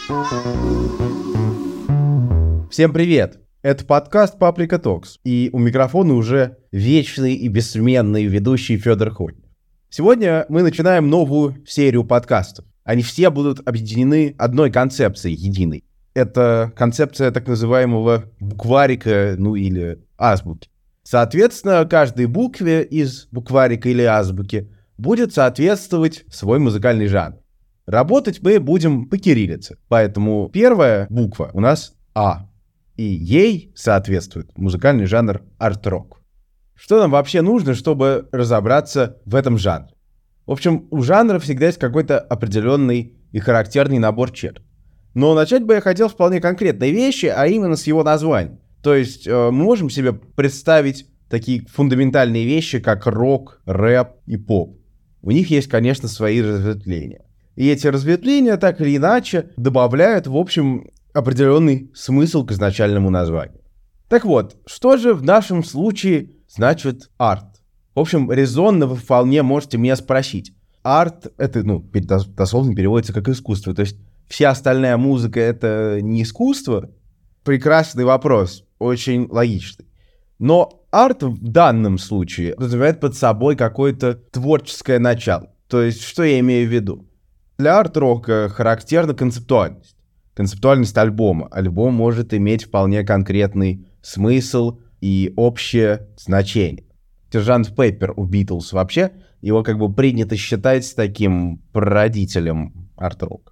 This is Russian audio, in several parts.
Всем привет! Это подкаст Paprika Talks, и у микрофона уже вечный и бессменный ведущий Федор Ходнев. Сегодня мы начинаем новую серию подкастов. Они все будут объединены одной концепцией единой. Это концепция так называемого букварика, или азбуки. Соответственно, каждой букве из букварика или азбуки будет соответствовать свой музыкальный жанр. Работать мы будем по кириллице, поэтому первая буква у нас А, и ей соответствует музыкальный жанр арт-рок. Что нам вообще нужно, чтобы разобраться в этом жанре? В общем, у жанра всегда есть какой-то определенный и характерный набор черт. Но начать бы я хотел с вполне конкретной вещи, а именно с его названием. То есть мы можем себе представить такие фундаментальные вещи, как рок, рэп и поп. У них есть, конечно, свои разветвления. И эти разветвления, так или иначе, добавляют, в общем, определенный смысл к изначальному названию. Так вот, что же в нашем случае значит арт? В общем, резонно вы вполне можете меня спросить. Арт, это, дословно переводится как искусство. То есть вся остальная музыка — это не искусство? Прекрасный вопрос, очень логичный. Но арт в данном случае подразумевает под собой какое-то творческое начало. То есть, что я имею в виду? Для арт-рока характерна концептуальность. Концептуальность альбома. Альбом может иметь вполне конкретный смысл и общее значение. Сержант Пеппер у Битлз вообще, его как бы принято считать таким прародителем арт-рока.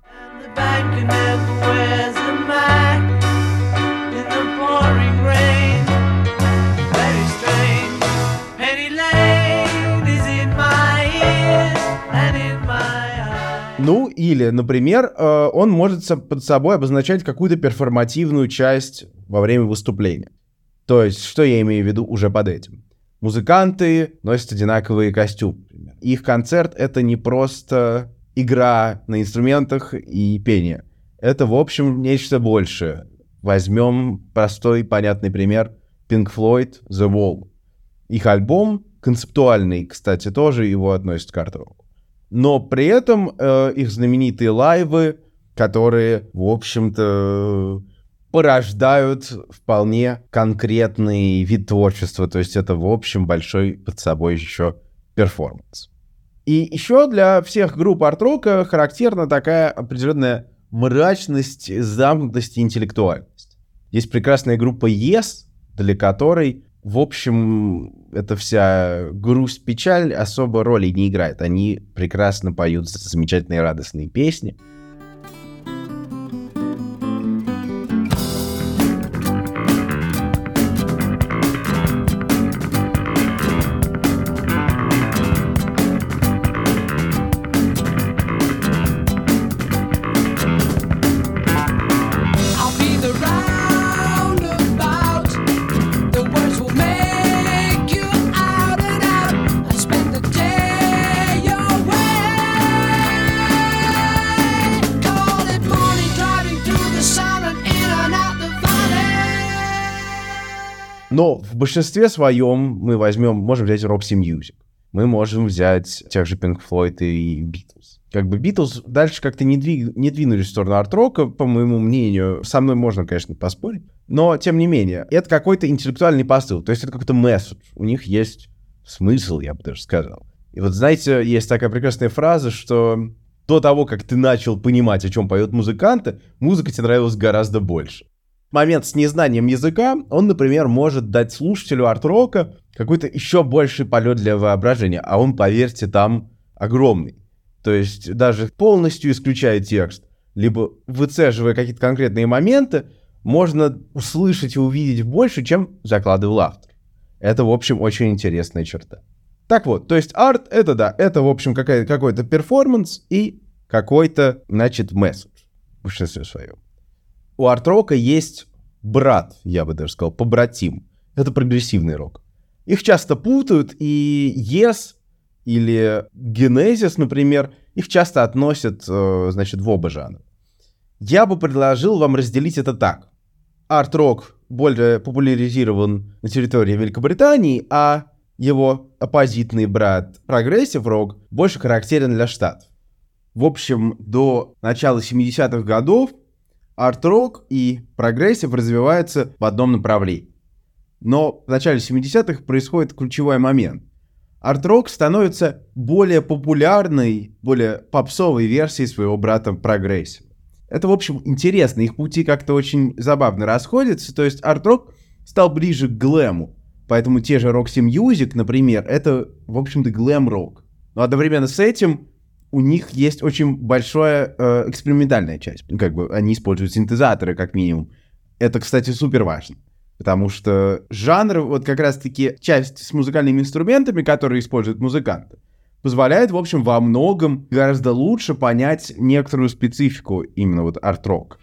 Или, например, он может под собой обозначать какую-то перформативную часть во время выступления. То есть, что я имею в виду уже под этим? Музыканты носят одинаковые костюмы. Их концерт — это не просто игра на инструментах и пение. Это, в общем, нечто большее. Возьмем простой, понятный пример. Pink Floyd, The Wall. Их альбом концептуальный, кстати, тоже его относят к арт-року. Но при этом их знаменитые лайвы, которые, в общем-то, порождают вполне конкретный вид творчества. То есть это, в общем, большой под собой еще перформанс. И еще для всех групп арт-рока характерна такая определенная мрачность, замкнутость и интеллектуальность. Есть прекрасная группа Yes, для которой, в общем, эта вся грусть, печаль особо роли не играет. Они прекрасно поют замечательные радостные песни. Но в большинстве своем мы можем взять Roxy Music, мы можем взять тех же Pink Floyd и Beatles. Как бы Beatles дальше как-то не двинулись в сторону арт-рока, по моему мнению. Со мной можно, конечно, поспорить. Но, тем не менее, это какой-то интеллектуальный посыл. То есть это какой-то месседж. У них есть смысл, я бы даже сказал. И вот, знаете, есть такая прекрасная фраза, что до того, как ты начал понимать, о чем поют музыканты, музыка тебе нравилась гораздо больше. Момент с незнанием языка, он, например, может дать слушателю арт-рока какой-то еще больший полет для воображения, а он, поверьте, там огромный. То есть даже полностью исключая текст, либо выцеживая какие-то конкретные моменты, можно услышать и увидеть больше, чем закладывал автор. Это, в общем, очень интересная черта. Так вот, то есть арт — это, в общем, какой-то перформанс и какой-то, месседж в большинстве своем. У арт-рока есть брат, я бы даже сказал, побратим. Это прогрессивный рок. Их часто путают, и Yes или Genesis, например, их часто относят, в оба жанра. Я бы предложил вам разделить это так. Арт-рок более популяризирован на территории Великобритании, а его оппозитный брат прогрессив-рок больше характерен для Штатов. В общем, до начала 70-х годов арт-рок и прогрессив развиваются в одном направлении. Но в начале 70-х происходит ключевой момент. Арт-рок становится более популярной, более попсовой версией своего брата прогрессива. Это, в общем, интересно, их пути как-то очень забавно расходятся, то есть арт-рок стал ближе к глэму, поэтому те же Roxy Music, например, это, в общем-то, глэм-рок. Но одновременно с этим у них есть очень большая экспериментальная часть, они используют синтезаторы, как минимум. Это, кстати, супер важно. Потому что жанр, вот как раз-таки часть с музыкальными инструментами, которые используют музыканты, позволяет, в общем, во многом гораздо лучше понять некоторую специфику именно вот арт-рок.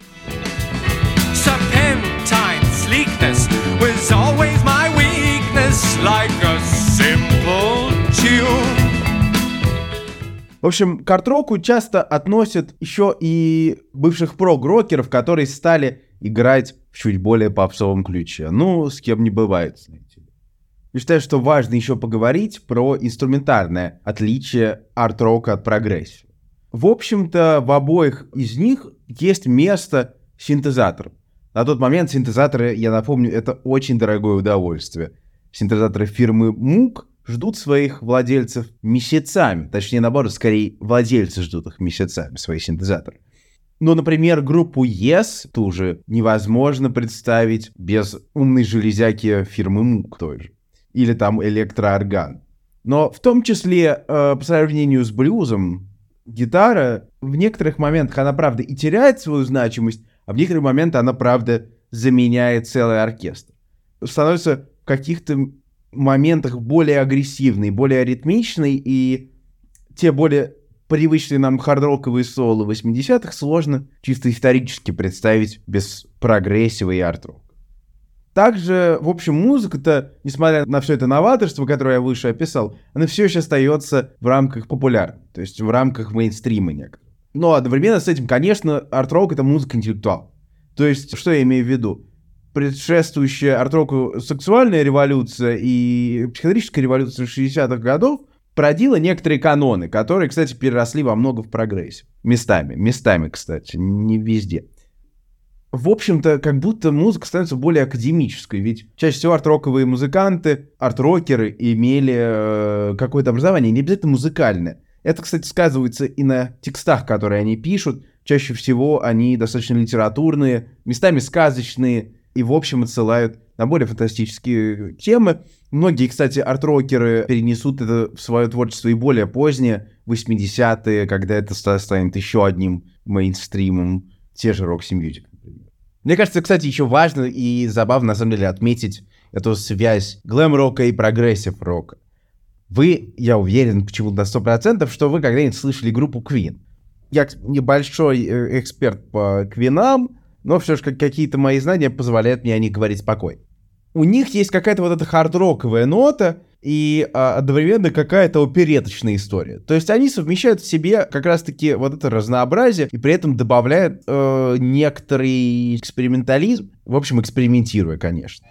В общем, к арт-року часто относят еще и бывших прог-рокеров, которые стали играть в чуть более попсовом ключе. Ну, с кем не бывает, знаете ли. Я считаю, что важно еще поговорить про инструментальное отличие арт-рока от прогрессива. В общем-то, в обоих из них есть место синтезаторам. На тот момент синтезаторы, я напомню, это очень дорогое удовольствие. Синтезаторы фирмы Moog ждут своих владельцев месяцами. Точнее, наоборот, скорее, владельцы ждут их месяцами, свои синтезаторы. Ну, например, группу Yes тоже невозможно представить без умной железяки фирмы Moog той же. Или там электроорган. Но в том числе, по сравнению с блюзом, гитара в некоторых моментах, она, правда, и теряет свою значимость, а в некоторые моменты она, правда, заменяет целый оркестр. Становится в каких-то моментах более агрессивной, более ритмичной, и те более привычные нам хард-роковые соло 80-х сложно чисто исторически представить без прогрессива и арт-рока. Также, в общем, музыка-то, несмотря на все это новаторство, которое я выше описал, она все еще остается в рамках популярной, то есть в рамках мейнстрима некоторых. Но одновременно с этим, конечно, арт-рок — это музыка интеллектуал. То есть, что я имею в виду? Предшествующая арт-року сексуальная революция и психоделическая революция 60-х годов породила некоторые каноны, которые, кстати, переросли во много в прогрессив. Местами, кстати, не везде. В общем-то, как будто музыка становится более академической, ведь чаще всего арт-роковые музыканты, арт-рокеры имели какое-то образование, не обязательно музыкальное. Это, кстати, сказывается и на текстах, которые они пишут. Чаще всего они достаточно литературные, местами сказочные, и, в общем, отсылают на более фантастические темы. Многие, кстати, арт-рокеры перенесут это в свое творчество и более позднее, 80-е, когда это станет еще одним мейнстримом, те же Roxy Music, например. Мне кажется, кстати, еще важно и забавно, на самом деле, отметить эту связь глэм-рока и прогрессив-рока. Вы, я уверен, почему-то на 100%, что вы когда-нибудь слышали группу Queen. Я небольшой эксперт по Квинам, но все же какие-то мои знания позволяют мне о них говорить спокойно. У них есть какая-то вот эта хард-роковая нота и одновременно какая-то опереточная история. То есть они совмещают в себе как раз-таки вот это разнообразие и при этом добавляют некоторый экспериментализм. В общем, экспериментируя, конечно.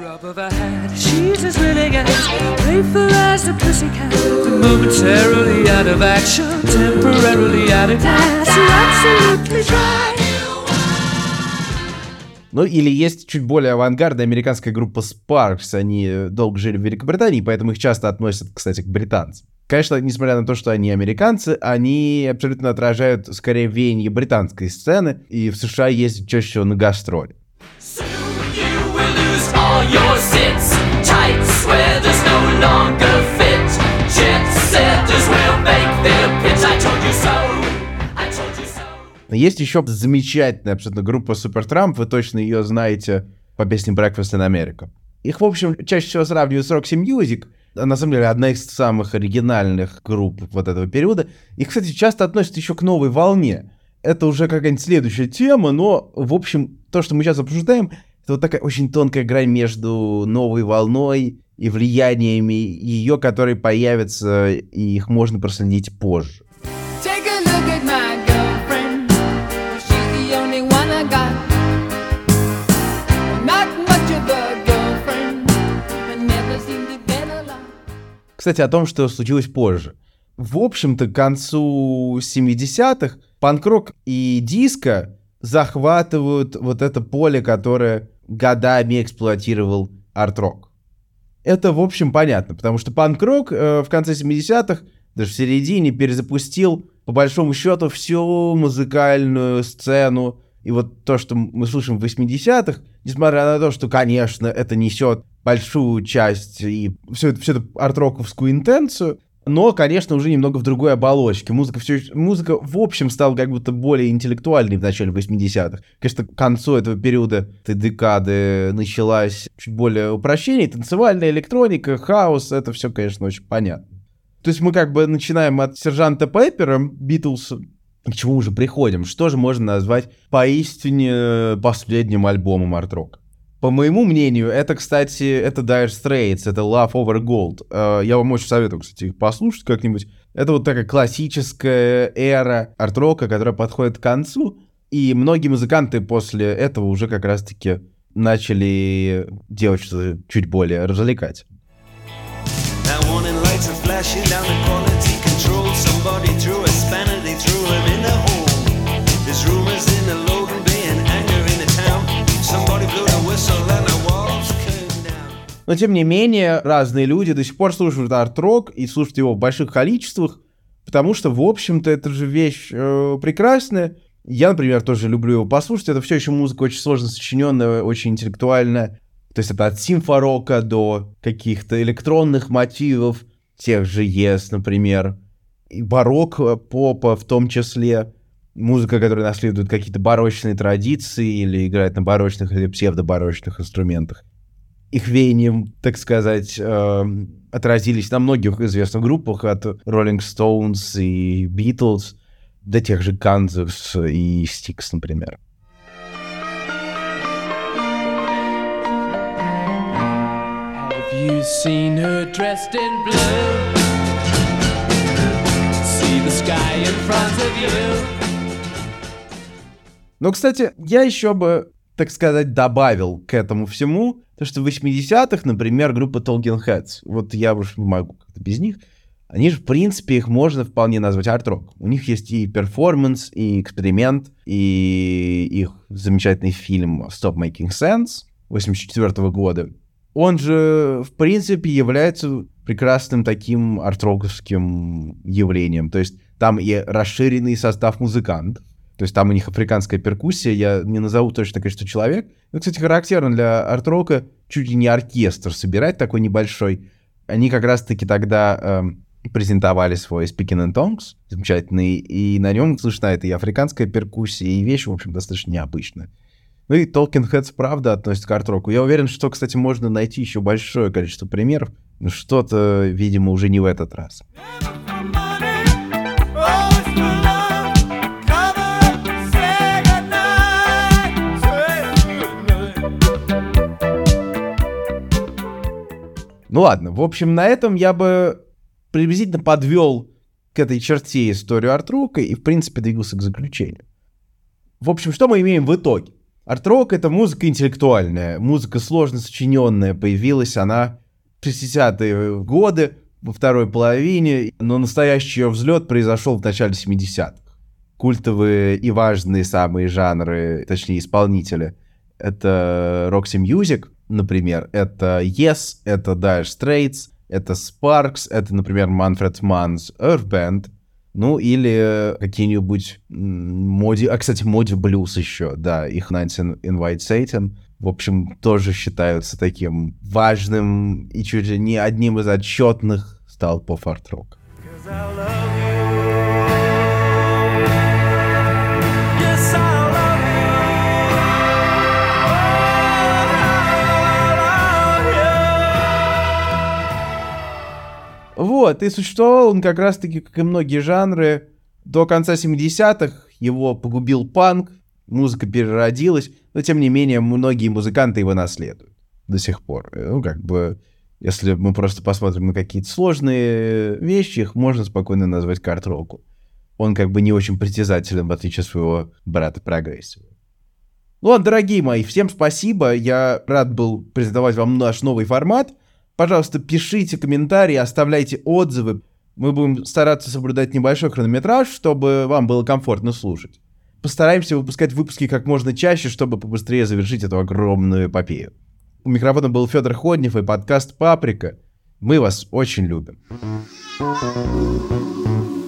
Ну, или есть чуть более авангардная американская группа Sparks. Они долго жили в Великобритании, поэтому их часто относят, кстати, к британцам. Конечно, несмотря на то, что они американцы, они абсолютно отражают, скорее, веяние британской сцены, и в США ездят чаще всего на гастроли. Есть еще замечательная абсолютно группа Supertramp, вы точно ее знаете по песне Breakfast in America. Их, в общем, чаще всего сравнивают с Roxy Music, на самом деле одна из самых оригинальных групп вот этого периода. Их, кстати, часто относят еще к новой волне. Это уже какая-нибудь следующая тема, но, в общем, то, что мы сейчас обсуждаем, это вот такая очень тонкая грань между новой волной и влияниями ее, которые появятся, и их можно проследить позже. Кстати, о том, что случилось позже. В общем-то, к концу 70-х панк-рок и диско захватывают вот это поле, которое годами эксплуатировал арт-рок. Это, в общем, понятно, потому что панк-рок в конце 70-х, даже в середине, перезапустил, по большому счету, всю музыкальную сцену. И вот то, что мы слышим в 80-х, несмотря на то, что, конечно, это несет большую часть и всю эту арт-роковскую интенцию, но, конечно, уже немного в другой оболочке. Музыка, в общем, стала как будто более интеллектуальной в начале 80-х. Конечно, к концу этого периода, этой декады, началась чуть более упрощение. Танцевальная электроника, хаос, это все, конечно, очень понятно. То есть мы как бы начинаем от Сержанта Пеппера, Битлз, к чему уже приходим. Что же можно назвать поистине последним альбомом арт-рока? По моему мнению, это, кстати, это Dire Straits, это Love Over Gold. Я вам очень советую, кстати, их послушать как-нибудь. Это вот такая классическая эра арт-рока, которая подходит к концу. И многие музыканты после этого уже как раз-таки начали делать что-то чуть более развлекать. Но, тем не менее, разные люди до сих пор слушают арт-рок и слушают его в больших количествах, потому что, в общем-то, это же вещь прекрасная. Я, например, тоже люблю его послушать. Это все еще музыка очень сложно сочиненная, очень интеллектуальная. То есть это от симфорока до каких-то электронных мотивов, тех же Yes, например, и барокко-попа в том числе. Музыка, которая наследует какие-то барочные традиции или играет на барочных или псевдобарочных инструментах. Их веянием, так сказать, отразились на многих известных группах, от Rolling Stones и Beatles до тех же Guns и Styx, например. Have you seen her dressed in blue? See the sky in front of you. Но, кстати, я еще бы, так сказать, добавил к этому всему, то, что в 80-х, например, группа Talking Heads, вот я уж не могу как-то без них, они же, в принципе, их можно вполне назвать арт-рок. У них есть и перформанс, и эксперимент, и их замечательный фильм Stop Making Sense 84 года. Он же, в принципе, является прекрасным таким арт-роковским явлением. То есть там и расширенный состав музыкантов, то есть там у них африканская перкуссия, я не назову точно, конечно, человек. Но, кстати, характерно для арт-рока чуть ли не оркестр собирать такой небольшой. Они как раз-таки тогда презентовали свой Speaking in Tongues, замечательный, и на нем слышна это и африканская перкуссия, и вещь, в общем, достаточно необычная. Ну и Talking Heads, правда, относится к арт-року. Я уверен, что, кстати, можно найти еще большое количество примеров, но что-то, видимо, уже не в этот раз. Ну ладно, в общем, на этом я бы приблизительно подвел к этой черте историю арт-рока и, в принципе, двигался к заключению. В общем, что мы имеем в итоге? Арт-рок — это музыка интеллектуальная, музыка сложно сочиненная, появилась она в 60-е годы, во второй половине, но настоящий ее взлет произошел в начале 70-х. Культовые и важные самые жанры, точнее, исполнители — это Roxy Music, например, это Yes, это Dire Straits, это Sparks, это, например, Manfred Mann's Earth Band, ну или какие-нибудь кстати, Moody Blues еще, да, их Nights in White Satin, в общем, тоже считаются таким важным и чуть ли не одним из отчетных столпов арт-рока. Вот, и существовал он как раз-таки, как и многие жанры, до конца 70-х. Его погубил панк, музыка переродилась, но, тем не менее, многие музыканты его наследуют до сих пор. Ну, как бы, если мы просто посмотрим на какие-то сложные вещи, их можно спокойно назвать арт-року. Он как бы не очень притязателен, в отличие от своего брата прогрессива. Ну ладно, дорогие мои, всем спасибо. Я рад был презентовать вам наш новый формат. Пожалуйста, пишите комментарии, оставляйте отзывы. Мы будем стараться соблюдать небольшой хронометраж, чтобы вам было комфортно слушать. постараемся выпускать выпуски как можно чаще, чтобы побыстрее завершить эту огромную эпопею. У микрофона был Федор Ходнев и подкаст «Паприка». Мы вас очень любим.